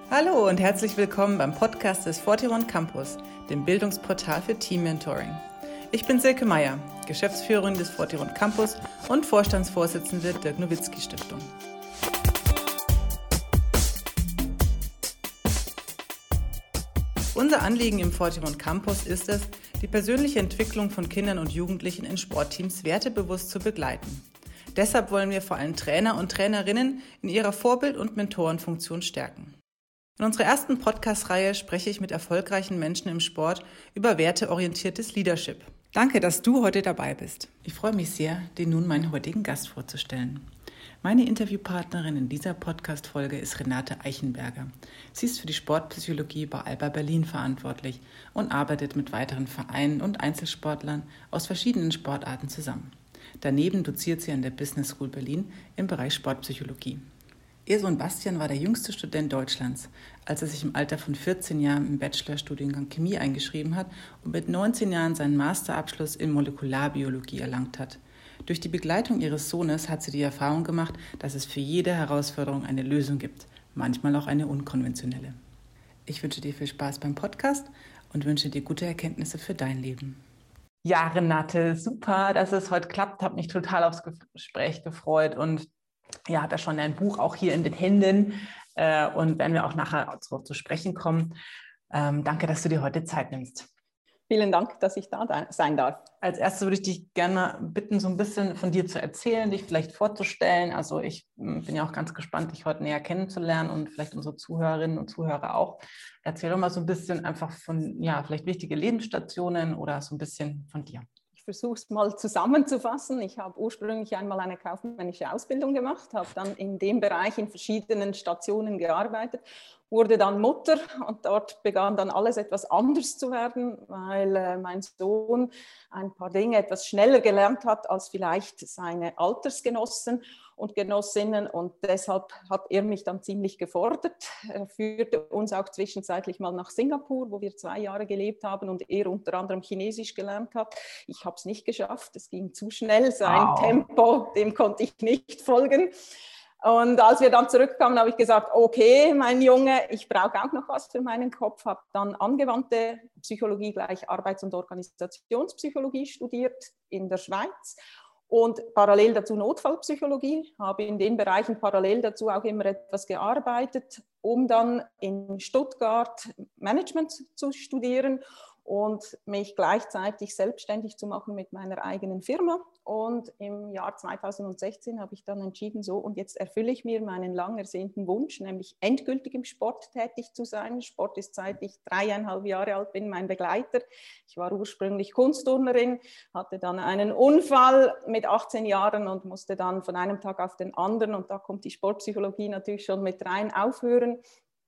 Hallo und herzlich willkommen beim Podcast des 41 Campus, dem Bildungsportal für Team Mentoring. Ich bin Silke Meyer, Geschäftsführerin des 41 Campus und Vorstandsvorsitzende der Dirk Nowitzki Stiftung. Unser Anliegen im 41 Campus ist es, die persönliche Entwicklung von Kindern und Jugendlichen in Sportteams wertebewusst zu begleiten. Deshalb wollen wir vor allem Trainer und Trainerinnen in ihrer Vorbild- und Mentorenfunktion stärken. In unserer ersten Podcast-Reihe spreche ich mit erfolgreichen Menschen im Sport über werteorientiertes Leadership. Danke, dass du heute dabei bist. Ich freue mich sehr, dir nun meinen heutigen Gast vorzustellen. Meine Interviewpartnerin in dieser Podcast-Folge ist Renate Eichenberger. Sie ist für die Sportpsychologie bei Alba Berlin verantwortlich und arbeitet mit weiteren Vereinen und Einzelsportlern aus verschiedenen Sportarten zusammen. Daneben doziert sie an der Business School Berlin im Bereich Sportpsychologie. Ihr Sohn Bastian war der jüngste Student Deutschlands, als er sich im Alter von 14 Jahren im Bachelorstudiengang Chemie eingeschrieben hat und mit 19 Jahren seinen Masterabschluss in Molekularbiologie erlangt hat. Durch die Begleitung ihres Sohnes hat sie die Erfahrung gemacht, dass es für jede Herausforderung eine Lösung gibt, manchmal auch eine unkonventionelle. Ich wünsche dir viel Spaß beim Podcast und wünsche dir gute Erkenntnisse für dein Leben. Ja, Renate, super, dass es heute klappt. Habe mich total aufs Gespräch gefreut und ja, habe ja schon ein Buch auch hier in den Händen und werden wir auch nachher zu sprechen kommen. Danke, dass du dir heute Zeit nimmst. Vielen Dank, dass ich da sein darf. Als erstes würde ich dich gerne bitten, so ein bisschen von dir zu erzählen, dich vielleicht vorzustellen. Also ich bin ja auch ganz gespannt, dich heute näher kennenzulernen und vielleicht unsere Zuhörerinnen und Zuhörer auch. Erzähl doch mal so ein bisschen einfach von, ja, vielleicht wichtige Lebensstationen oder so ein bisschen von dir. Ich versuche es mal zusammenzufassen. Ich habe ursprünglich einmal eine kaufmännische Ausbildung gemacht, habe dann in dem Bereich in verschiedenen Stationen gearbeitet, wurde dann Mutter und dort begann dann alles etwas anders zu werden, weil mein Sohn ein paar Dinge etwas schneller gelernt hat als vielleicht seine Altersgenossen und Genossinnen und deshalb hat er mich dann ziemlich gefordert. Er führte uns auch zwischenzeitlich mal nach Singapur, wo wir 2 Jahre gelebt haben und er unter anderem Chinesisch gelernt hat. Ich habe es nicht geschafft, es ging zu schnell, sein Tempo, dem konnte ich nicht folgen. Und als wir dann zurückkamen, habe ich gesagt, okay, mein Junge, ich brauche auch noch was für meinen Kopf, habe dann angewandte Psychologie gleich Arbeits- und Organisationspsychologie studiert in der Schweiz und parallel dazu Notfallpsychologie, habe in den Bereichen parallel dazu auch immer etwas gearbeitet, um dann in Stuttgart Management zu studieren und mich gleichzeitig selbstständig zu machen mit meiner eigenen Firma. Und im Jahr 2016 habe ich dann entschieden, so und jetzt erfülle ich mir meinen lang ersehnten Wunsch, nämlich endgültig im Sport tätig zu sein. Sport ist, seit ich 3,5 Jahre alt bin, mein Begleiter. Ich war ursprünglich Kunstturnerin, hatte dann einen Unfall mit 18 Jahren und musste dann von einem Tag auf den anderen, und da kommt die Sportpsychologie natürlich schon mit rein, aufhören.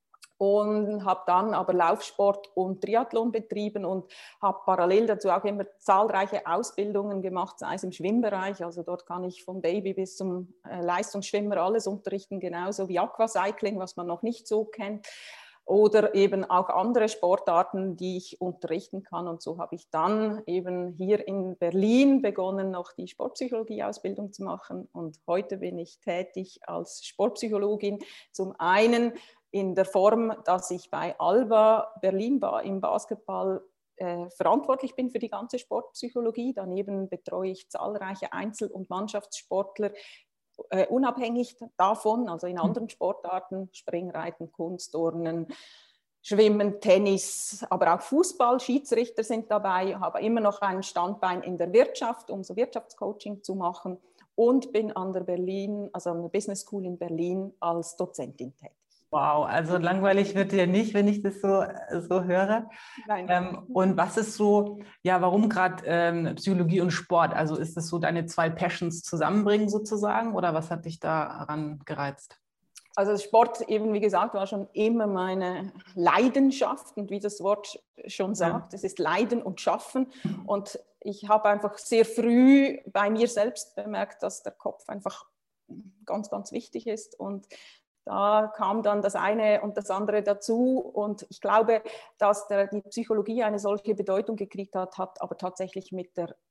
Und habe dann aber Laufsport und Triathlon betrieben und habe parallel dazu auch immer zahlreiche Ausbildungen gemacht, sei es im Schwimmbereich, also dort kann ich vom Baby bis zum Leistungsschwimmer alles unterrichten, genauso wie Aquacycling, was man noch nicht so kennt, oder eben auch andere Sportarten, die ich unterrichten kann. Und so habe ich dann eben hier in Berlin begonnen, noch die Sportpsychologie-Ausbildung zu machen. Und heute bin ich tätig als Sportpsychologin, zum einen in der Form, dass ich bei Alba Berlin im Basketball verantwortlich bin für die ganze Sportpsychologie. Daneben betreue ich zahlreiche Einzel- und Mannschaftssportler, unabhängig davon, also in anderen Sportarten, Springreiten, Kunstturnen, Schwimmen, Tennis, aber auch Fußball, Schiedsrichter sind dabei, habe immer noch ein Standbein in der Wirtschaft, um so Wirtschaftscoaching zu machen und bin an der Business School in Berlin als Dozentin tätig. Wow, also langweilig wird dir nicht, wenn ich das so höre. Nein. Und was ist so, ja, warum gerade Psychologie und Sport? Also ist das so deine 2 Passions zusammenbringen sozusagen oder was hat dich daran gereizt? Also Sport, eben wie gesagt, war schon immer meine Leidenschaft und wie das Wort schon sagt, es ist Leiden und Schaffen. Und ich habe einfach sehr früh bei mir selbst bemerkt, dass der Kopf einfach ganz, ganz wichtig ist und da kam dann das eine und das andere dazu und ich glaube, dass die Psychologie eine solche Bedeutung gekriegt hat aber tatsächlich mit der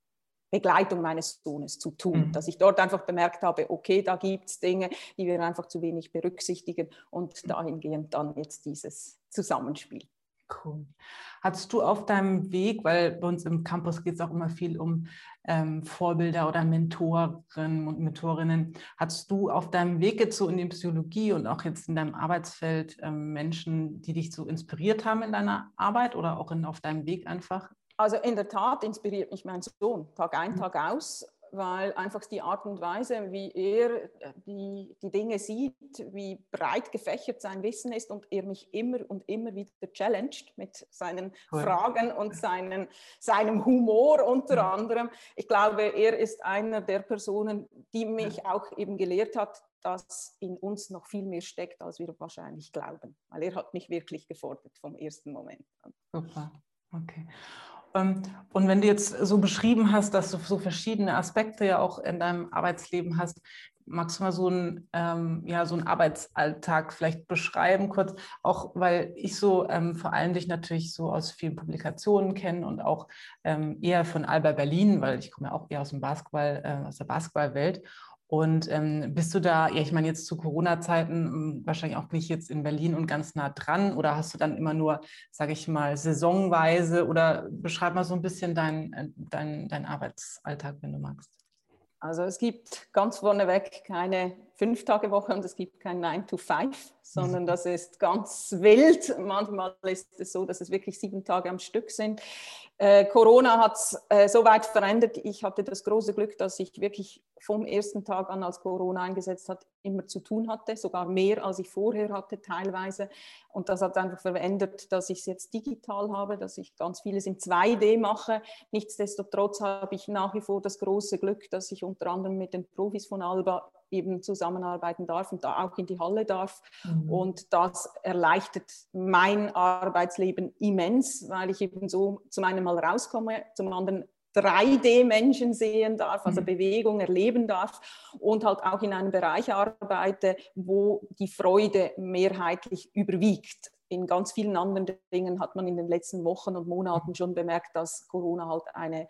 Begleitung meines Sohnes zu tun, dass ich dort einfach bemerkt habe, okay, da gibt es Dinge, die wir einfach zu wenig berücksichtigen und dahingehend dann jetzt dieses Zusammenspiel. Cool. Hattest du auf deinem Weg, weil bei uns im Campus geht es auch immer viel um Vorbilder oder Mentorinnen und Mentorinnen, hattest du auf deinem Weg jetzt so in die Psychologie und auch jetzt in deinem Arbeitsfeld Menschen, die dich so inspiriert haben in deiner Arbeit oder auch auf deinem Weg einfach? Also in der Tat inspiriert mich mein Sohn Tag ein, Tag aus, weil einfach die Art und Weise, wie er die Dinge sieht, wie breit gefächert sein Wissen ist und er mich immer und immer wieder challenged mit seinen Fragen und seinem Humor unter anderem. Ich glaube, er ist einer der Personen, die mich auch eben gelehrt hat, dass in uns noch viel mehr steckt, als wir wahrscheinlich glauben. Weil er hat mich wirklich gefordert vom ersten Moment an. Super, okay. Und wenn du jetzt so beschrieben hast, dass du so verschiedene Aspekte ja auch in deinem Arbeitsleben hast, magst du mal so einen Arbeitsalltag vielleicht beschreiben kurz, auch weil ich so vor allem dich natürlich so aus vielen Publikationen kenne und auch eher von Alba Berlin, weil ich komme ja auch eher aus dem Basketball, aus der Basketballwelt. Und bist du da, ja, ich meine jetzt zu Corona-Zeiten wahrscheinlich auch nicht jetzt in Berlin und ganz nah dran oder hast du dann immer nur, sage ich mal, saisonweise oder beschreib mal so ein bisschen deinen Arbeitsalltag, wenn du magst. Also es gibt ganz vorneweg keine 5-Tage-Woche und es gibt kein 9 to 5, sondern das ist ganz wild. Manchmal ist es so, dass es wirklich 7 Tage am Stück sind. Corona hat es so weit verändert. Ich hatte das große Glück, dass ich wirklich vom ersten Tag an, als Corona eingesetzt hat, immer zu tun hatte, sogar mehr, als ich vorher hatte teilweise. Und das hat einfach verändert, dass ich es jetzt digital habe, dass ich ganz vieles in 2D mache. Nichtsdestotrotz habe ich nach wie vor das große Glück, dass ich unter anderem mit den Profis von Alba eben zusammenarbeiten darf und da auch in die Halle darf. Und das erleichtert mein Arbeitsleben immens, weil ich eben so zum einen mal rauskomme, zum anderen 3D-Menschen sehen darf, also Bewegung erleben darf und halt auch in einem Bereich arbeite, wo die Freude mehrheitlich überwiegt. In ganz vielen anderen Dingen hat man in den letzten Wochen und Monaten schon bemerkt, dass Corona halt eine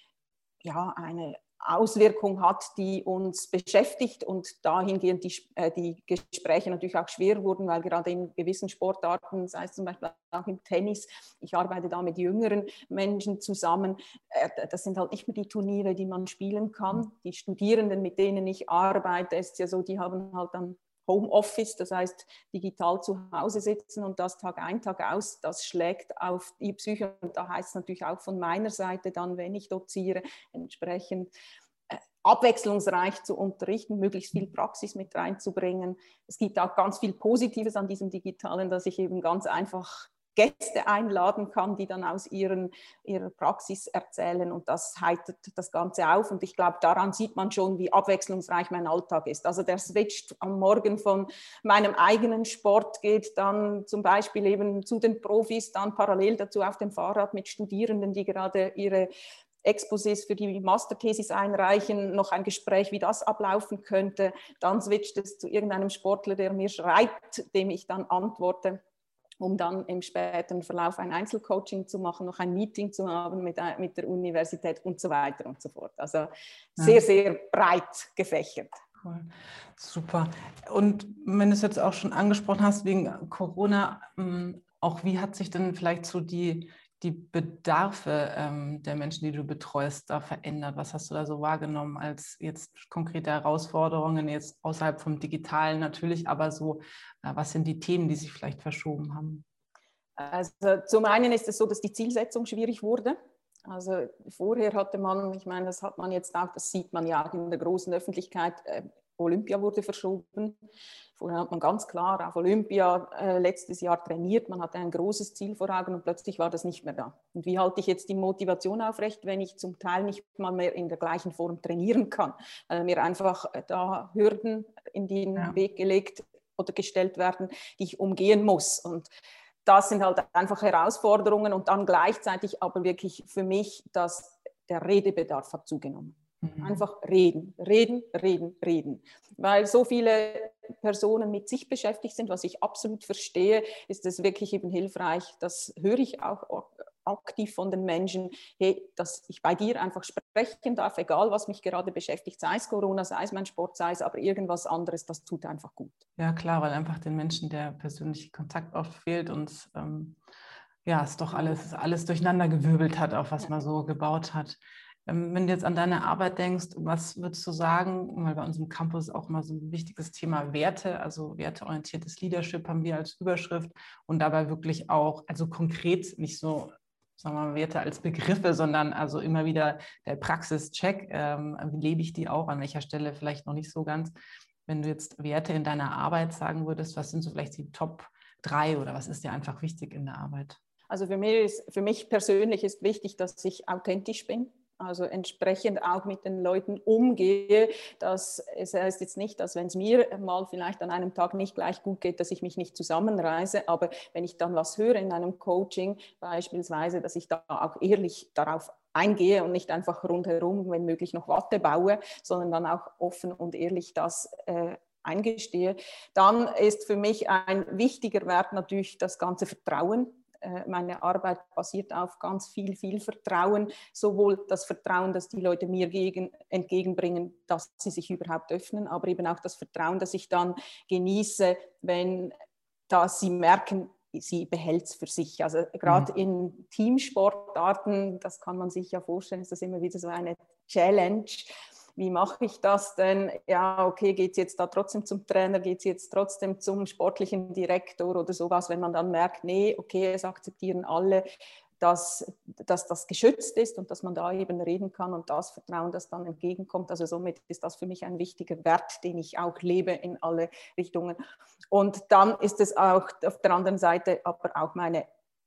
Auswirkung hat, die uns beschäftigt und dahingehend die Gespräche natürlich auch schwer wurden, weil gerade in gewissen Sportarten, sei es zum Beispiel auch im Tennis, ich arbeite da mit jüngeren Menschen zusammen, das sind halt nicht mehr die Turniere, die man spielen kann. Die Studierenden, mit denen ich arbeite, ist ja so, die haben halt dann Homeoffice, das heißt digital zu Hause sitzen und das Tag ein, Tag aus, das schlägt auf die Psyche und da heißt es natürlich auch von meiner Seite dann, wenn ich doziere, entsprechend abwechslungsreich zu unterrichten, möglichst viel Praxis mit reinzubringen. Es gibt auch ganz viel Positives an diesem Digitalen, dass ich eben ganz einfach Gäste einladen kann, die dann aus ihrer Praxis erzählen und das heitert das Ganze auf und ich glaube, daran sieht man schon, wie abwechslungsreich mein Alltag ist. Also der Switch am Morgen von meinem eigenen Sport geht dann zum Beispiel eben zu den Profis, dann parallel dazu auf dem Fahrrad mit Studierenden, die gerade ihre Exposés für die Masterthesis einreichen, noch ein Gespräch, wie das ablaufen könnte. Dann switcht es zu irgendeinem Sportler, der mir schreibt, dem ich dann antworte, um dann im späteren Verlauf ein Einzelcoaching zu machen, noch ein Meeting zu haben mit der Universität und so weiter und so fort. Also sehr, sehr breit gefächert. Cool. Super. Und wenn du es jetzt auch schon angesprochen hast, wegen Corona, auch wie hat sich denn vielleicht so die Bedarfe der Menschen, die du betreust, da verändert? Was hast du da so wahrgenommen als jetzt konkrete Herausforderungen, jetzt außerhalb vom Digitalen natürlich, aber so, was sind die Themen, die sich vielleicht verschoben haben? Also zum einen ist es so, dass die Zielsetzung schwierig wurde. Also vorher hatte man, ich meine, das hat man jetzt auch, das sieht man ja auch in der großen Öffentlichkeit, Olympia wurde verschoben. Vorher hat man ganz klar auf Olympia letztes Jahr trainiert, man hatte ein großes Ziel vor Augen und plötzlich war das nicht mehr da. Und wie halte ich jetzt die Motivation aufrecht, wenn ich zum Teil nicht mal mehr in der gleichen Form trainieren kann, weil mir einfach da Hürden in den Weg gelegt oder gestellt werden, die ich umgehen muss. Und das sind halt einfach Herausforderungen und dann gleichzeitig aber wirklich für mich, dass der Redebedarf hat zugenommen. Einfach reden, reden, reden, reden. Weil so viele Personen mit sich beschäftigt sind, was ich absolut verstehe, ist es wirklich eben hilfreich, das höre ich auch aktiv von den Menschen, hey, dass ich bei dir einfach sprechen darf, egal was mich gerade beschäftigt, sei es Corona, sei es mein Sport, sei es aber irgendwas anderes, das tut einfach gut. Ja, klar, weil einfach den Menschen der persönliche Kontakt oft fehlt und ja, es doch alles durcheinander gewirbelt hat, auf was man so gebaut hat. Wenn du jetzt an deine Arbeit denkst, was würdest du sagen, weil bei uns im Campus auch immer so ein wichtiges Thema Werte, also werteorientiertes Leadership haben wir als Überschrift und dabei wirklich auch, also konkret nicht so, sagen wir mal, Werte als Begriffe, sondern also immer wieder der Praxischeck, wie lebe ich die auch, an welcher Stelle vielleicht noch nicht so ganz. Wenn du jetzt Werte in deiner Arbeit sagen würdest, was sind so vielleicht die Top 3 oder was ist dir einfach wichtig in der Arbeit? Also für mich persönlich ist wichtig, dass ich authentisch bin. Also entsprechend auch mit den Leuten umgehe. Es heißt jetzt nicht, dass wenn es mir mal vielleicht an einem Tag nicht gleich gut geht, dass ich mich nicht zusammenreiße, aber wenn ich dann was höre in einem Coaching beispielsweise, dass ich da auch ehrlich darauf eingehe und nicht einfach rundherum, wenn möglich, noch Watte baue, sondern dann auch offen und ehrlich das eingestehe. Dann ist für mich ein wichtiger Wert natürlich das ganze Vertrauen. Meine Arbeit basiert auf ganz viel Vertrauen, sowohl das Vertrauen, das die Leute mir entgegenbringen, dass sie sich überhaupt öffnen, aber eben auch das Vertrauen, das ich dann genieße, wenn sie merken, sie behält es für sich. Also gerade in Teamsportarten, das kann man sich ja vorstellen, ist das immer wieder so eine Challenge. Wie mache ich das denn? Ja, okay, geht es jetzt da trotzdem zum Trainer, geht es jetzt trotzdem zum sportlichen Direktor oder sowas, wenn man dann merkt, nee, okay, es akzeptieren alle, dass das geschützt ist und dass man da eben reden kann und das Vertrauen, das dann entgegenkommt. Also somit ist das für mich ein wichtiger Wert, den ich auch lebe in alle Richtungen. Und dann ist es auch auf der anderen Seite aber auch meine,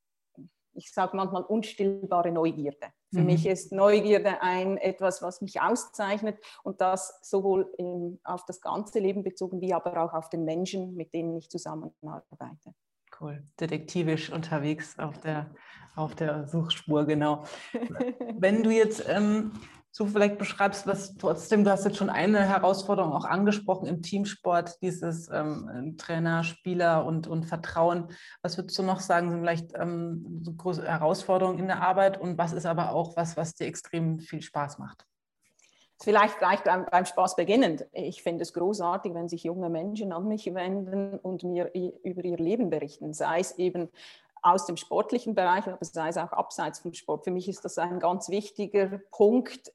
ich sage manchmal, unstillbare Neugierde. Für mich ist Neugierde etwas, was mich auszeichnet und das sowohl auf das ganze Leben bezogen, wie aber auch auf den Menschen, mit denen ich zusammenarbeite. Cool, detektivisch unterwegs auf der Suchspur, genau. Wenn du jetzt so vielleicht beschreibst, was trotzdem, du hast jetzt schon eine Herausforderung auch angesprochen im Teamsport, dieses Trainer, Spieler und Vertrauen. Was würdest du noch sagen, sind vielleicht so große Herausforderungen in der Arbeit und was ist aber auch was dir extrem viel Spaß macht? Vielleicht gleich beim Spaß beginnend. Ich finde es großartig, wenn sich junge Menschen an mich wenden und mir über ihr Leben berichten, sei es eben aus dem sportlichen Bereich, aber sei es auch abseits vom Sport. Für mich ist das ein ganz wichtiger Punkt.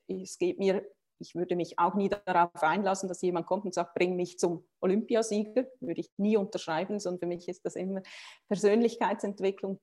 Ich würde mich auch nie darauf einlassen, dass jemand kommt und sagt, bring mich zum Olympiasieger. Würde ich nie unterschreiben, sondern für mich ist das immer Persönlichkeitsentwicklung,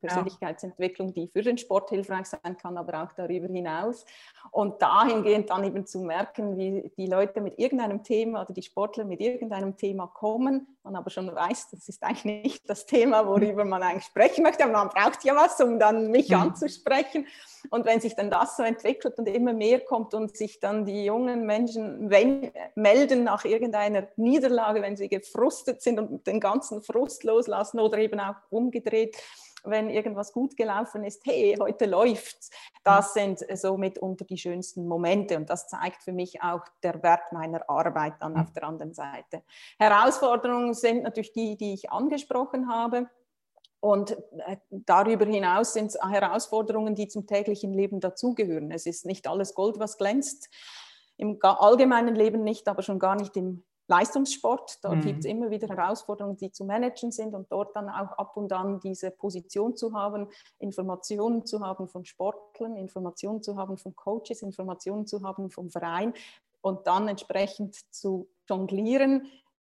die für den Sport hilfreich sein kann, aber auch darüber hinaus. Und dahingehend dann eben zu merken, wie die Leute mit irgendeinem Thema oder die Sportler mit irgendeinem Thema kommen, man aber schon weiß, das ist eigentlich nicht das Thema, worüber man eigentlich sprechen möchte, aber man braucht ja was, um dann mich anzusprechen. Und wenn sich dann das so entwickelt und immer mehr kommt und sich dann die jungen Menschen melden nach irgendeiner Niederlage, wenn sie gefrustet sind und den ganzen Frust loslassen oder eben auch umgedreht, wenn irgendwas gut gelaufen ist, hey, heute läuft's. Das sind somit unter die schönsten Momente und das zeigt für mich auch der Wert meiner Arbeit dann auf der anderen Seite. Herausforderungen sind natürlich die ich angesprochen habe. Und darüber hinaus sind es Herausforderungen, die zum täglichen Leben dazugehören. Es ist nicht alles Gold, was glänzt. Im allgemeinen Leben nicht, aber schon gar nicht im Leistungssport. Dort gibt es immer wieder Herausforderungen, die zu managen sind und dort dann auch ab und an diese Position zu haben, Informationen zu haben von Sportlern, Informationen zu haben von Coaches, Informationen zu haben vom Verein und dann entsprechend zu jonglieren,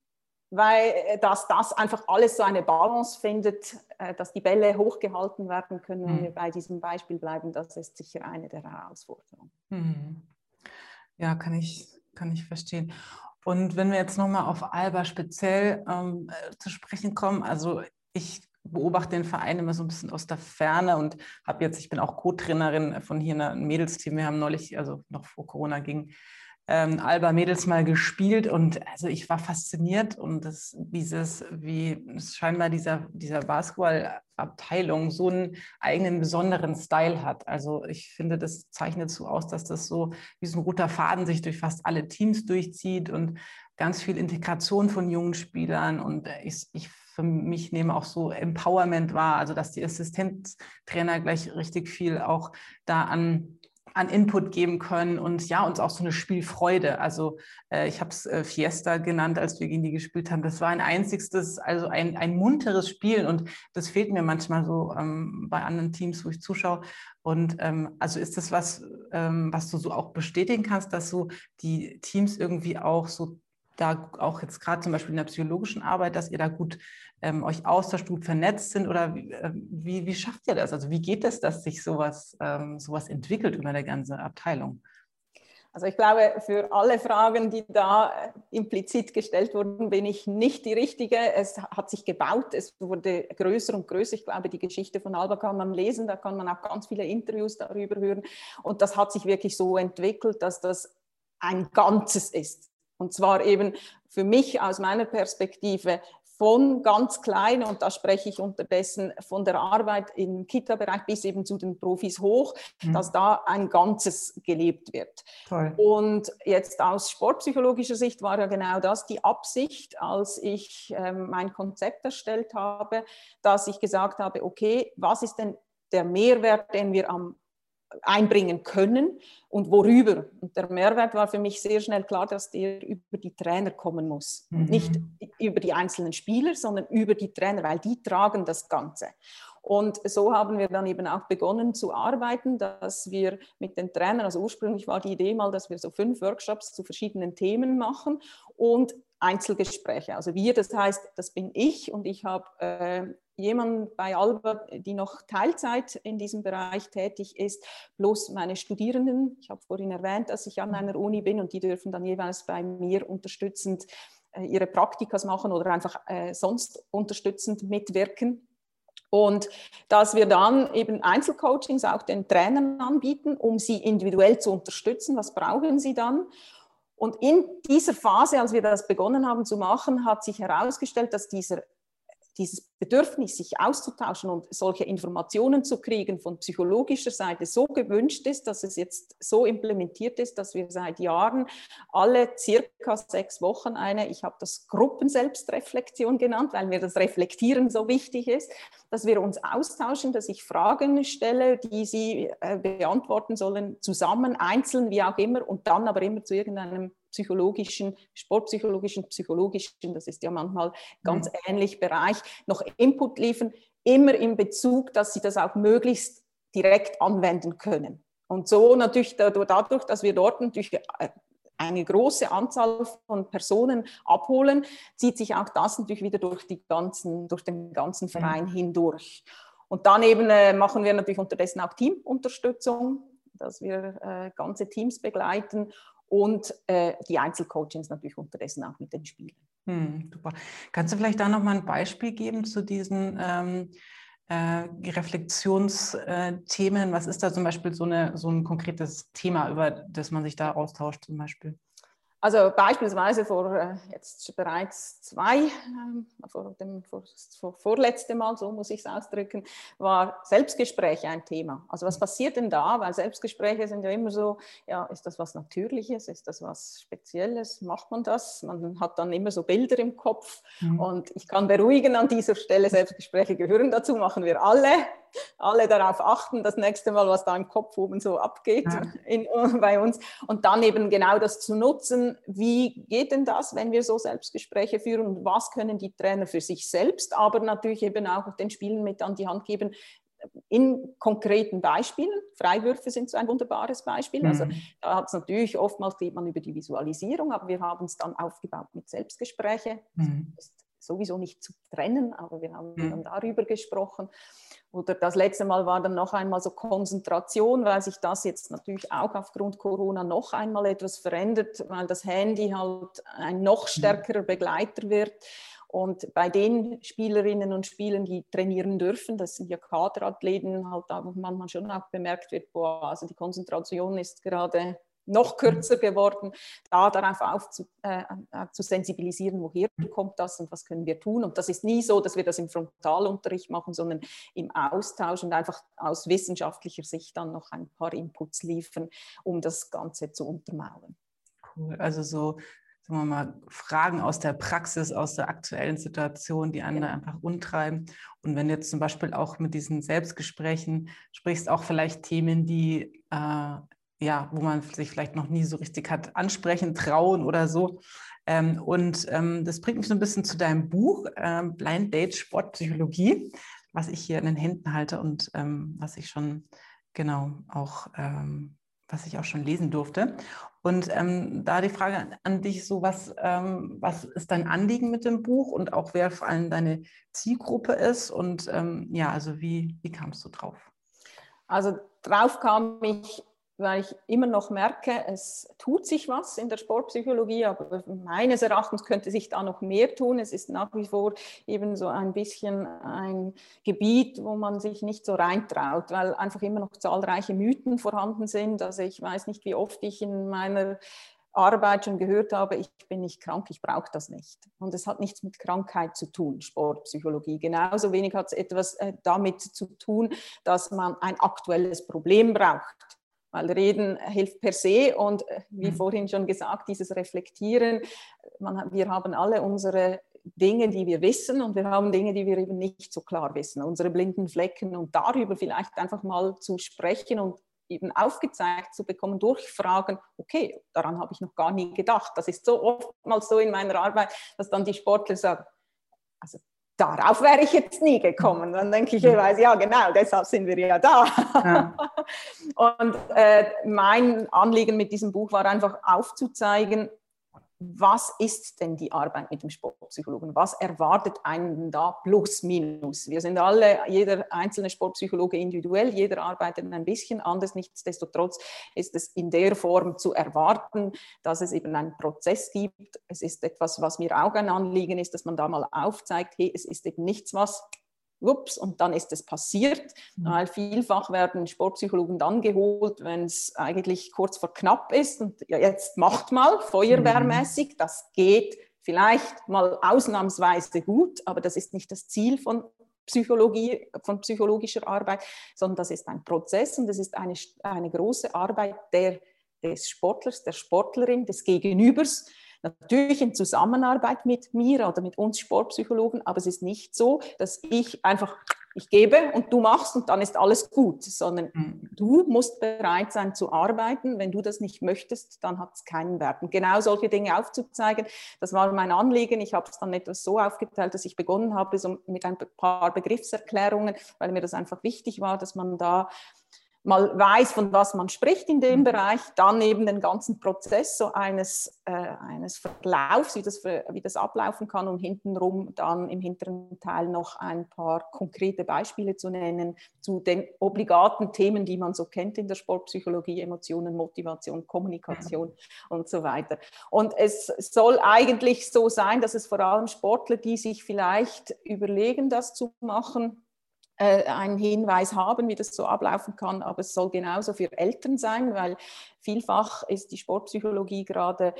weil das einfach alles so eine Balance findet, dass die Bälle hochgehalten werden können. Wenn wir bei diesem Beispiel bleiben, das ist sicher eine der Herausforderungen. Ja, kann ich verstehen. Und wenn wir jetzt nochmal auf Alba speziell zu sprechen kommen, also ich beobachte den Verein immer so ein bisschen aus der Ferne und ich bin auch Co-Trainerin von hier einem Mädelsteam. Wir haben neulich, also noch vor Corona gegen Alba Mädels mal gespielt und also ich war fasziniert und wie scheinbar dieser Basketballabteilung so einen eigenen besonderen Style hat. Also ich finde, das zeichnet so aus, dass das so wie so ein roter Faden sich durch fast alle Teams durchzieht und ganz viel Integration von jungen Spielern und ich für mich nehme, auch so Empowerment war, also dass die Assistenztrainer gleich richtig viel auch da an Input geben können und ja, uns auch so eine Spielfreude. Also ich habe es Fiesta genannt, als wir gegen die gespielt haben. Das war ein einziges, also ein munteres Spielen und das fehlt mir manchmal so bei anderen Teams, wo ich zuschaue. Und also ist das was du so auch bestätigen kannst, dass so die Teams irgendwie auch so da auch jetzt gerade zum Beispiel in der psychologischen Arbeit, dass ihr da gut euch austauscht, gut vernetzt sind oder wie schafft ihr das? Also wie geht es, dass sich sowas entwickelt über eine ganze Abteilung? Also ich glaube, für alle Fragen, die da implizit gestellt wurden, bin ich nicht die Richtige. Es hat sich gebaut, es wurde größer und größer. Ich glaube, die Geschichte von Alba kann man lesen, da kann man auch ganz viele Interviews darüber hören. Und das hat sich wirklich so entwickelt, dass das ein Ganzes ist. Und zwar eben für mich aus meiner Perspektive von ganz klein, und da spreche ich unterdessen von der Arbeit im Kita-Bereich bis eben zu den Profis hoch, dass da ein Ganzes gelebt wird. Toll. Und jetzt aus sportpsychologischer Sicht war ja genau das die Absicht, als ich mein Konzept erstellt habe, dass ich gesagt habe, okay, was ist denn der Mehrwert, den wir einbringen können und worüber. Und der Mehrwert war für mich sehr schnell klar, dass der über die Trainer kommen muss. Und nicht über die einzelnen Spieler, sondern über die Trainer, weil die tragen das Ganze. Und so haben wir dann eben auch begonnen zu arbeiten, dass wir mit den Trainern, also ursprünglich war die Idee mal, dass wir so 5 Workshops zu verschiedenen Themen machen und Einzelgespräche. Also wir, das heißt, das bin ich und ich habe jemand bei Alba, die noch Teilzeit in diesem Bereich tätig ist, bloß meine Studierenden. Ich habe vorhin erwähnt, dass ich an einer Uni bin und die dürfen dann jeweils bei mir unterstützend ihre Praktikas machen oder einfach sonst unterstützend mitwirken. Und dass wir dann eben Einzelcoachings auch den Trainern anbieten, um sie individuell zu unterstützen. Was brauchen sie dann? Und in dieser Phase, als wir das begonnen haben zu machen, hat sich herausgestellt, dass dieses Bedürfnis, sich auszutauschen und solche Informationen zu kriegen von psychologischer Seite so gewünscht ist, dass es jetzt so implementiert ist, dass wir seit Jahren alle circa 6 Wochen ich habe das Gruppenselbstreflexion genannt, weil mir das Reflektieren so wichtig ist, dass wir uns austauschen, dass ich Fragen stelle, die Sie beantworten sollen, zusammen, einzeln, wie auch immer, und dann aber immer zu irgendeinem psychologischen, sportpsychologischen, psychologischen, das ist ja manchmal ganz ähnlich Bereich, noch Input liefern, immer in Bezug, dass sie das auch möglichst direkt anwenden können. Und so natürlich dadurch, dass wir dort natürlich eine große Anzahl von Personen abholen, zieht sich auch das natürlich wieder durch den ganzen Verein hindurch. Und dann eben machen wir natürlich unterdessen auch Teamunterstützung, dass wir ganze Teams begleiten und die Einzelcoachings natürlich unterdessen auch mit den Spielern. Super. Kannst du vielleicht da nochmal ein Beispiel geben zu diesen Reflexionsthemen? Was ist da zum Beispiel so ein konkretes Thema, über das man sich da austauscht zum Beispiel? Also beispielsweise vor jetzt bereits 2, vorletzte Mal, so muss ich es ausdrücken, war Selbstgespräche ein Thema. Also was passiert denn da? Weil Selbstgespräche sind ja immer so, ja, ist das was Natürliches? Ist das was Spezielles? Macht man das? Man hat dann immer so Bilder im Kopf. Und ich kann beruhigen an dieser Stelle, Selbstgespräche gehören dazu, machen wir alle darauf achten, das nächste Mal, was da im Kopf oben so abgeht bei uns. Und dann eben genau das zu nutzen, wie geht denn das, wenn wir so Selbstgespräche führen und was können die Trainer für sich selbst, aber natürlich eben auch den Spielern mit an die Hand geben, in konkreten Beispielen. Freiwürfe sind so ein wunderbares Beispiel. Also da hat es natürlich, oftmals geht man über die Visualisierung, aber wir haben es dann aufgebaut mit Selbstgespräche. Das ist sowieso nicht zu trennen, aber wir haben dann darüber gesprochen. Oder das letzte Mal war dann noch einmal so Konzentration, weil sich das jetzt natürlich auch aufgrund Corona noch einmal etwas verändert, weil das Handy halt ein noch stärkerer Begleiter wird. Und bei den Spielerinnen und Spielern, die trainieren dürfen, das sind ja Kaderathleten, halt da manchmal schon auch bemerkt wird, boah, also die Konzentration ist gerade noch kürzer geworden, da darauf zu sensibilisieren, woher kommt das und was können wir tun. Und das ist nie so, dass wir das im Frontalunterricht machen, sondern im Austausch und einfach aus wissenschaftlicher Sicht dann noch ein paar Inputs liefern, um das Ganze zu untermauern. Cool, also so sagen wir mal, Fragen aus der Praxis, aus der aktuellen Situation, die einen da einfach umtreiben. Und wenn du jetzt zum Beispiel auch mit diesen Selbstgesprächen sprichst, auch vielleicht Themen, die wo man sich vielleicht noch nie so richtig hat ansprechen, trauen oder so. Das bringt mich so ein bisschen zu deinem Buch, Blind Date Sportpsychologie, was ich hier in den Händen halte und was ich schon was ich auch schon lesen durfte. Und da die Frage an dich, so was ist dein Anliegen mit dem Buch und auch wer vor allem deine Zielgruppe ist und also wie kamst du drauf? Also drauf kam ich, weil ich immer noch merke, es tut sich was in der Sportpsychologie, aber meines Erachtens könnte sich da noch mehr tun. Es ist nach wie vor eben so ein bisschen ein Gebiet, wo man sich nicht so reintraut, weil einfach immer noch zahlreiche Mythen vorhanden sind. Also ich weiß nicht, wie oft ich in meiner Arbeit schon gehört habe, ich bin nicht krank, ich brauche das nicht. Und es hat nichts mit Krankheit zu tun, Sportpsychologie. Genauso wenig hat es etwas damit zu tun, dass man ein aktuelles Problem braucht. Weil Reden hilft per se und wie vorhin schon gesagt, dieses Reflektieren, wir haben alle unsere Dinge, die wir wissen und wir haben Dinge, die wir eben nicht so klar wissen, unsere blinden Flecken und darüber vielleicht einfach mal zu sprechen und eben aufgezeigt zu bekommen durch Fragen, okay, daran habe ich noch gar nie gedacht. Das ist so oftmals so in meiner Arbeit, dass dann die Sportler sagen, also darauf wäre ich jetzt nie gekommen. Dann denke ich jeweils, ja genau, deshalb sind wir ja da. Ja. Und mein Anliegen mit diesem Buch war einfach aufzuzeigen, was ist denn die Arbeit mit dem Sportpsychologen? Was erwartet einen da plus, minus? Wir sind alle, jeder einzelne Sportpsychologe individuell, jeder arbeitet ein bisschen anders. Nichtsdestotrotz ist es in der Form zu erwarten, dass es eben einen Prozess gibt. Es ist etwas, was mir auch ein Anliegen ist, dass man da mal aufzeigt, hey, es ist eben nichts, was ups, und dann ist es passiert, weil vielfach werden Sportpsychologen dann geholt, wenn es eigentlich kurz vor knapp ist und ja, jetzt macht mal, feuerwehrmäßig, das geht vielleicht mal ausnahmsweise gut, aber das ist nicht das Ziel von Psychologie, von psychologischer Arbeit, sondern das ist ein Prozess und das ist eine große Arbeit des Sportlers, der Sportlerin, des Gegenübers, natürlich in Zusammenarbeit mit mir oder mit uns Sportpsychologen, aber es ist nicht so, dass ich gebe und du machst und dann ist alles gut, sondern du musst bereit sein zu arbeiten. Wenn du das nicht möchtest, dann hat es keinen Wert. Und genau solche Dinge aufzuzeigen, das war mein Anliegen. Ich habe es dann etwas so aufgeteilt, dass ich begonnen habe so mit ein paar Begriffserklärungen, weil mir das einfach wichtig war, dass man da mal weiß, von was man spricht in dem Bereich, dann eben den ganzen Prozess so eines Verlaufs, wie das ablaufen kann und hintenrum dann im hinteren Teil noch ein paar konkrete Beispiele zu nennen zu den obligaten Themen, die man so kennt in der Sportpsychologie, Emotionen, Motivation, Kommunikation und so weiter. Und es soll eigentlich so sein, dass es vor allem Sportler, die sich vielleicht überlegen, das zu machen, einen Hinweis haben, wie das so ablaufen kann, aber es soll genauso für Eltern sein, weil vielfach ist die Sportpsychologie gerade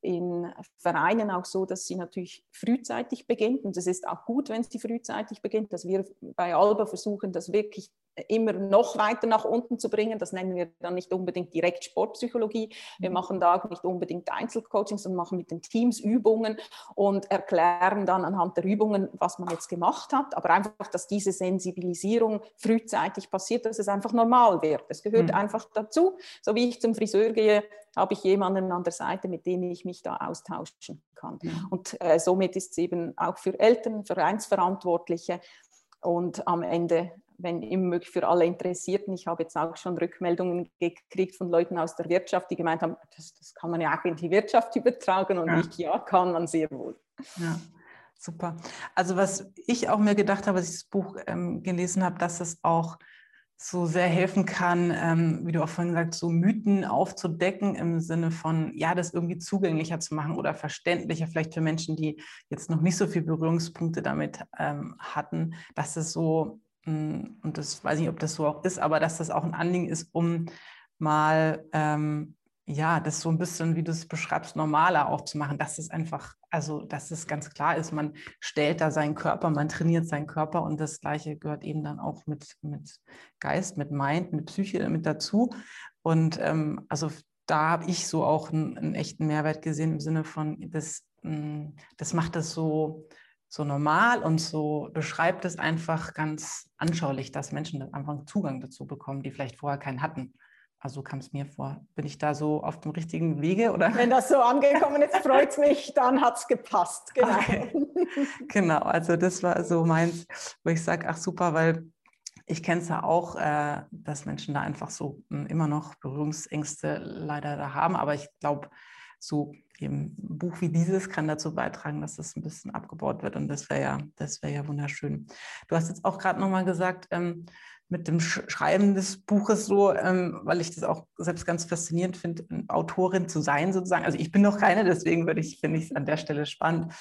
in Vereinen auch so, dass sie natürlich frühzeitig beginnt und es ist auch gut, wenn sie frühzeitig beginnt, dass wir bei Alba versuchen, das wirklich immer noch weiter nach unten zu bringen. Das nennen wir dann nicht unbedingt direkt Sportpsychologie. Wir machen da nicht unbedingt Einzelcoachings, sondern machen mit den Teams Übungen und erklären dann anhand der Übungen, was man jetzt gemacht hat. Aber einfach, dass diese Sensibilisierung frühzeitig passiert, dass es einfach normal wird. Es gehört einfach dazu. So wie ich zum Friseur gehe, habe ich jemanden an der Seite, mit dem ich mich da austauschen kann. Und somit ist es eben auch für Eltern, Vereinsverantwortliche und am Ende, wenn immer möglich, für alle Interessierten. Ich habe jetzt auch schon Rückmeldungen gekriegt von Leuten aus der Wirtschaft, die gemeint haben, das kann man ja auch in die Wirtschaft übertragen und kann man sehr wohl. Ja, super. Also was ich auch mir gedacht habe, als ich das Buch gelesen habe, dass es auch so sehr helfen kann, wie du auch vorhin gesagt hast, so Mythen aufzudecken im Sinne von, ja, das irgendwie zugänglicher zu machen oder verständlicher, vielleicht für Menschen, die jetzt noch nicht so viele Berührungspunkte damit hatten, dass es so, und das weiß ich nicht, ob das so auch ist, aber dass das auch ein Anliegen ist, um mal das so ein bisschen, wie du es beschreibst, normaler auch zu machen, dass es einfach, also dass es ganz klar ist, man stellt da seinen Körper, man trainiert seinen Körper und das Gleiche gehört eben dann auch mit Geist, mit Mind, mit Psyche mit dazu. Und also da habe ich so auch einen echten Mehrwert gesehen im Sinne von, das macht das so normal und so beschreibt es einfach ganz anschaulich, dass Menschen dann einfach einen Zugang dazu bekommen, die vielleicht vorher keinen hatten. Also kam es mir vor. Bin ich da so auf dem richtigen Wege, oder? Wenn das so angekommen ist, freut es mich, dann hat es gepasst. Genau. Okay. Genau, also das war so meins, wo ich sage, ach super, weil ich kenne es ja auch, dass Menschen da einfach so immer noch Berührungsängste leider da haben. Aber ich glaube, so eben ein Buch wie dieses kann dazu beitragen, dass das ein bisschen abgebaut wird. Und das wäre ja wunderschön. Du hast jetzt auch gerade nochmal gesagt, mit dem Schreiben des Buches so, weil ich das auch selbst ganz faszinierend finde, Autorin zu sein sozusagen. Also ich bin noch keine, deswegen finde ich es an der Stelle spannend.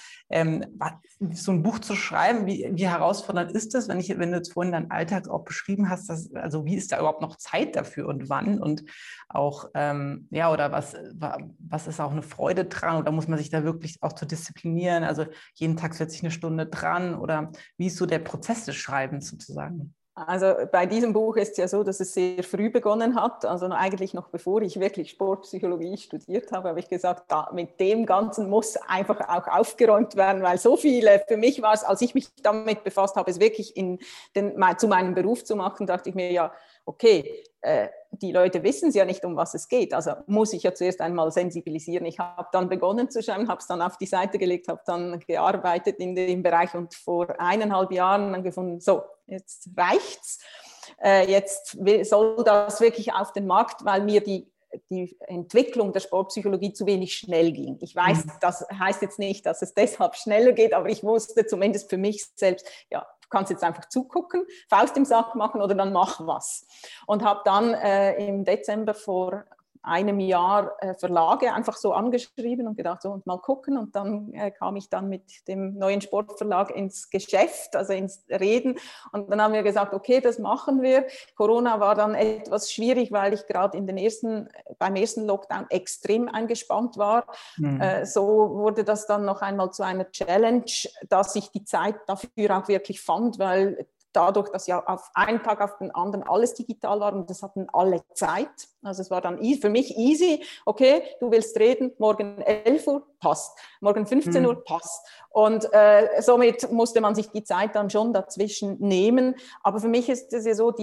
So ein Buch zu schreiben, wie herausfordernd ist das, wenn du jetzt vorhin deinen Alltag auch beschrieben hast, also wie ist da überhaupt noch Zeit dafür und wann und auch, oder was ist auch eine Freude dran oder muss man sich da wirklich auch zu disziplinieren, also jeden Tag setze ich eine Stunde dran oder wie ist so der Prozess des Schreibens sozusagen? Also bei diesem Buch ist es ja so, dass es sehr früh begonnen hat, also eigentlich noch bevor ich wirklich Sportpsychologie studiert habe ich gesagt, mit dem Ganzen muss einfach auch aufgeräumt werden, weil so viele, für mich war es, als ich mich damit befasst habe, es wirklich zu meinem Beruf zu machen, dachte ich mir, ja, okay, die Leute wissen ja nicht, um was es geht, also muss ich ja zuerst einmal sensibilisieren. Ich habe dann begonnen zu schreiben, habe es dann auf die Seite gelegt, habe dann gearbeitet in dem Bereich und vor 1,5 Jahren dann gefunden, so, jetzt reicht's. Jetzt soll das wirklich auf den Markt, weil mir die Entwicklung der Sportpsychologie zu wenig schnell ging. Ich weiß, das heißt jetzt nicht, dass es deshalb schneller geht, aber ich wusste zumindest für mich selbst, ja, du kannst jetzt einfach zugucken, Faust im Sack machen oder dann mach was. Und habe dann im Dezember vor einem Jahr Verlage einfach so angeschrieben und gedacht, so und mal gucken. Und dann kam ich dann mit dem neuen Sportverlag ins Geschäft, also ins Reden. Und dann haben wir gesagt, okay, das machen wir. Corona war dann etwas schwierig, weil ich gerade beim ersten Lockdown extrem eingespannt war. So wurde das dann noch einmal zu einer Challenge, dass ich die Zeit dafür auch wirklich fand, weil dadurch, dass ja auf einen Tag auf den anderen alles digital war und das hatten alle Zeit. Also es war dann für mich easy, okay, du willst reden, morgen 11 Uhr, passt. Morgen 15 Uhr, passt. Und somit musste man sich die Zeit dann schon dazwischen nehmen. Aber für mich ist es ja so,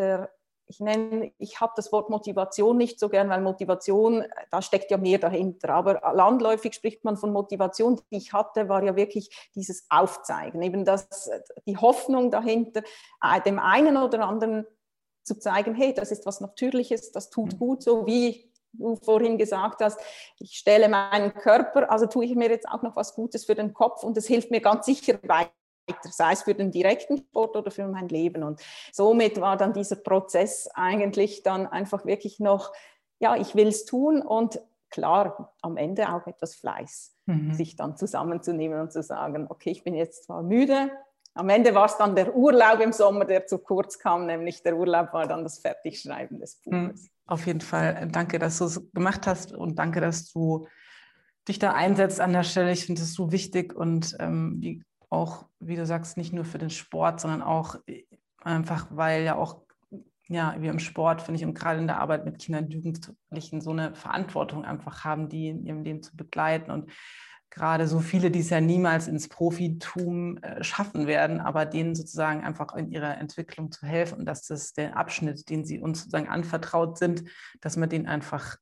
ich habe das Wort Motivation nicht so gern, weil Motivation, da steckt ja mehr dahinter. Aber landläufig spricht man von Motivation, die ich hatte, war ja wirklich dieses Aufzeigen. Eben die Hoffnung dahinter, dem einen oder anderen zu zeigen, hey, das ist was Natürliches, das tut gut, so wie du vorhin gesagt hast, ich stelle meinen Körper, also tue ich mir jetzt auch noch was Gutes für den Kopf und es hilft mir ganz sicher weiter, sei es für den direkten Sport oder für mein Leben. Und somit war dann dieser Prozess eigentlich dann einfach wirklich noch, ja, ich will es tun und klar, am Ende auch etwas Fleiß, sich dann zusammenzunehmen und zu sagen, okay, ich bin jetzt zwar müde, am Ende war es dann der Urlaub im Sommer, der zu kurz kam, nämlich der Urlaub war dann das Fertigschreiben des Buches. Auf jeden Fall, danke, dass du es gemacht hast und danke, dass du dich da einsetzt an der Stelle. Ich finde es so wichtig und auch, wie du sagst, nicht nur für den Sport, sondern auch einfach, weil ja auch wir im Sport, finde ich, und gerade in der Arbeit mit Kindern und Jugendlichen so eine Verantwortung einfach haben, die in ihrem Leben zu begleiten und gerade so viele, die es ja niemals ins Profitum schaffen werden, aber denen sozusagen einfach in ihrer Entwicklung zu helfen und dass das der Abschnitt, den sie uns sozusagen anvertraut sind, dass man den einfach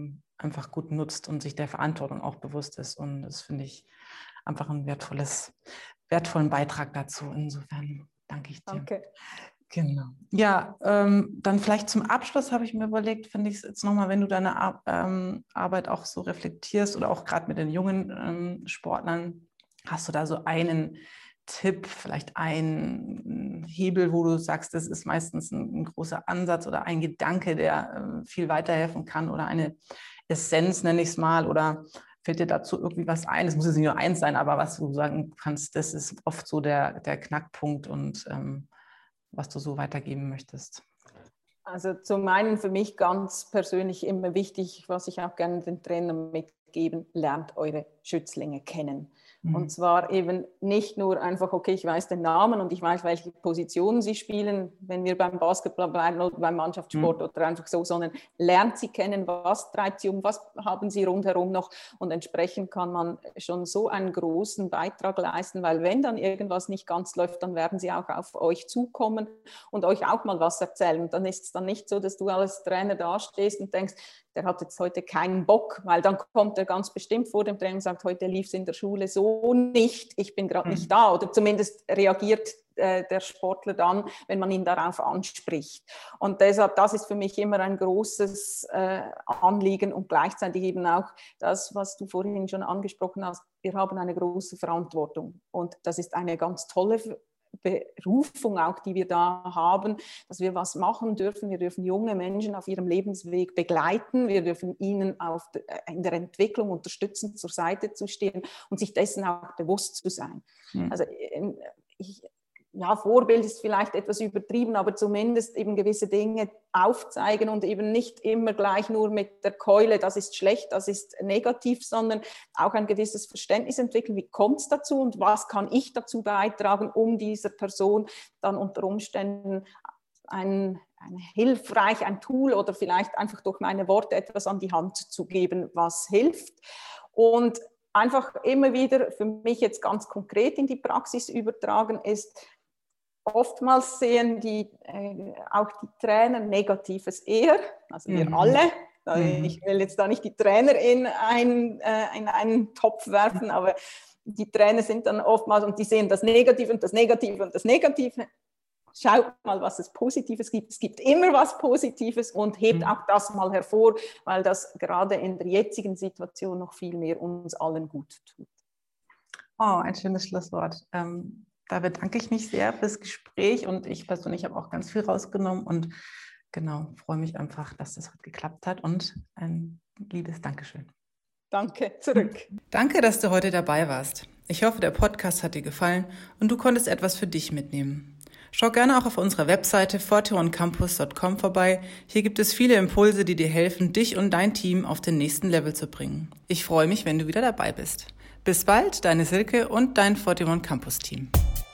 gut nutzt und sich der Verantwortung auch bewusst ist. Und das finde ich einfach einen wertvollen Beitrag dazu. Insofern danke ich dir. Danke. Genau. Ja, dann vielleicht zum Abschluss habe ich mir überlegt, finde ich es jetzt nochmal, wenn du deine Arbeit auch so reflektierst oder auch gerade mit den jungen Sportlern, hast du da so einen Tipp, vielleicht einen Hebel, wo du sagst, das ist meistens ein großer Ansatz oder ein Gedanke, der viel weiterhelfen kann oder eine Essenz, nenne ich es mal, oder fällt dir dazu irgendwie was ein? Es muss jetzt nicht nur eins sein, aber was du sagen kannst, das ist oft so der Knackpunkt und was du so weitergeben möchtest? Also zum einen für mich ganz persönlich immer wichtig, was ich auch gerne den Trainern mitgeben, lernt eure Schützlinge kennen. Und zwar eben nicht nur einfach, okay, ich weiß den Namen und ich weiß, welche Positionen sie spielen, wenn wir beim Basketball bleiben oder beim Mannschaftssport oder einfach so, sondern lernt sie kennen, was treibt sie um, was haben sie rundherum noch, und entsprechend kann man schon so einen großen Beitrag leisten, weil wenn dann irgendwas nicht ganz läuft, dann werden sie auch auf euch zukommen und euch auch mal was erzählen. Und dann ist es dann nicht so, dass du als Trainer dastehst und denkst, der hat jetzt heute keinen Bock, weil dann kommt er ganz bestimmt vor dem Training und sagt, heute lief es in der Schule so nicht, ich bin gerade nicht da. Oder zumindest reagiert der Sportler dann, wenn man ihn darauf anspricht. Und deshalb, das ist für mich immer ein großes Anliegen und gleichzeitig eben auch das, was du vorhin schon angesprochen hast, wir haben eine große Verantwortung und das ist eine ganz tolle Berufung auch, die wir da haben, dass wir was machen dürfen. Wir dürfen junge Menschen auf ihrem Lebensweg begleiten. Wir dürfen ihnen in der Entwicklung unterstützen, zur Seite zu stehen und sich dessen auch bewusst zu sein. Also Vorbild ist vielleicht etwas übertrieben, aber zumindest eben gewisse Dinge aufzeigen und eben nicht immer gleich nur mit der Keule, das ist schlecht, das ist negativ, sondern auch ein gewisses Verständnis entwickeln, wie kommt es dazu und was kann ich dazu beitragen, um dieser Person dann unter Umständen ein Tool oder vielleicht einfach durch meine Worte etwas an die Hand zu geben, was hilft. Und einfach immer wieder für mich jetzt ganz konkret in die Praxis übertragen ist, oftmals sehen auch die Trainer Negatives eher, also wir alle. Ich will jetzt da nicht die Trainer in einen Topf werfen, aber die Trainer sind dann oftmals und die sehen das Negative und das Negative und das Negative. Schaut mal, was es Positives gibt. Es gibt immer was Positives und hebt auch das mal hervor, weil das gerade in der jetzigen Situation noch viel mehr uns allen gut tut. Oh, ein schönes Schlusswort. Da bedanke ich mich sehr fürs Gespräch und ich persönlich habe auch ganz viel rausgenommen und genau, freue mich einfach, dass das heute geklappt hat und ein liebes Dankeschön. Danke, zurück. Danke, dass du heute dabei warst. Ich hoffe, der Podcast hat dir gefallen und du konntest etwas für dich mitnehmen. Schau gerne auch auf unserer Webseite forteoncampus.com vorbei. Hier gibt es viele Impulse, die dir helfen, dich und dein Team auf den nächsten Level zu bringen. Ich freue mich, wenn du wieder dabei bist. Bis bald, deine Silke und dein Forteon Campus Team.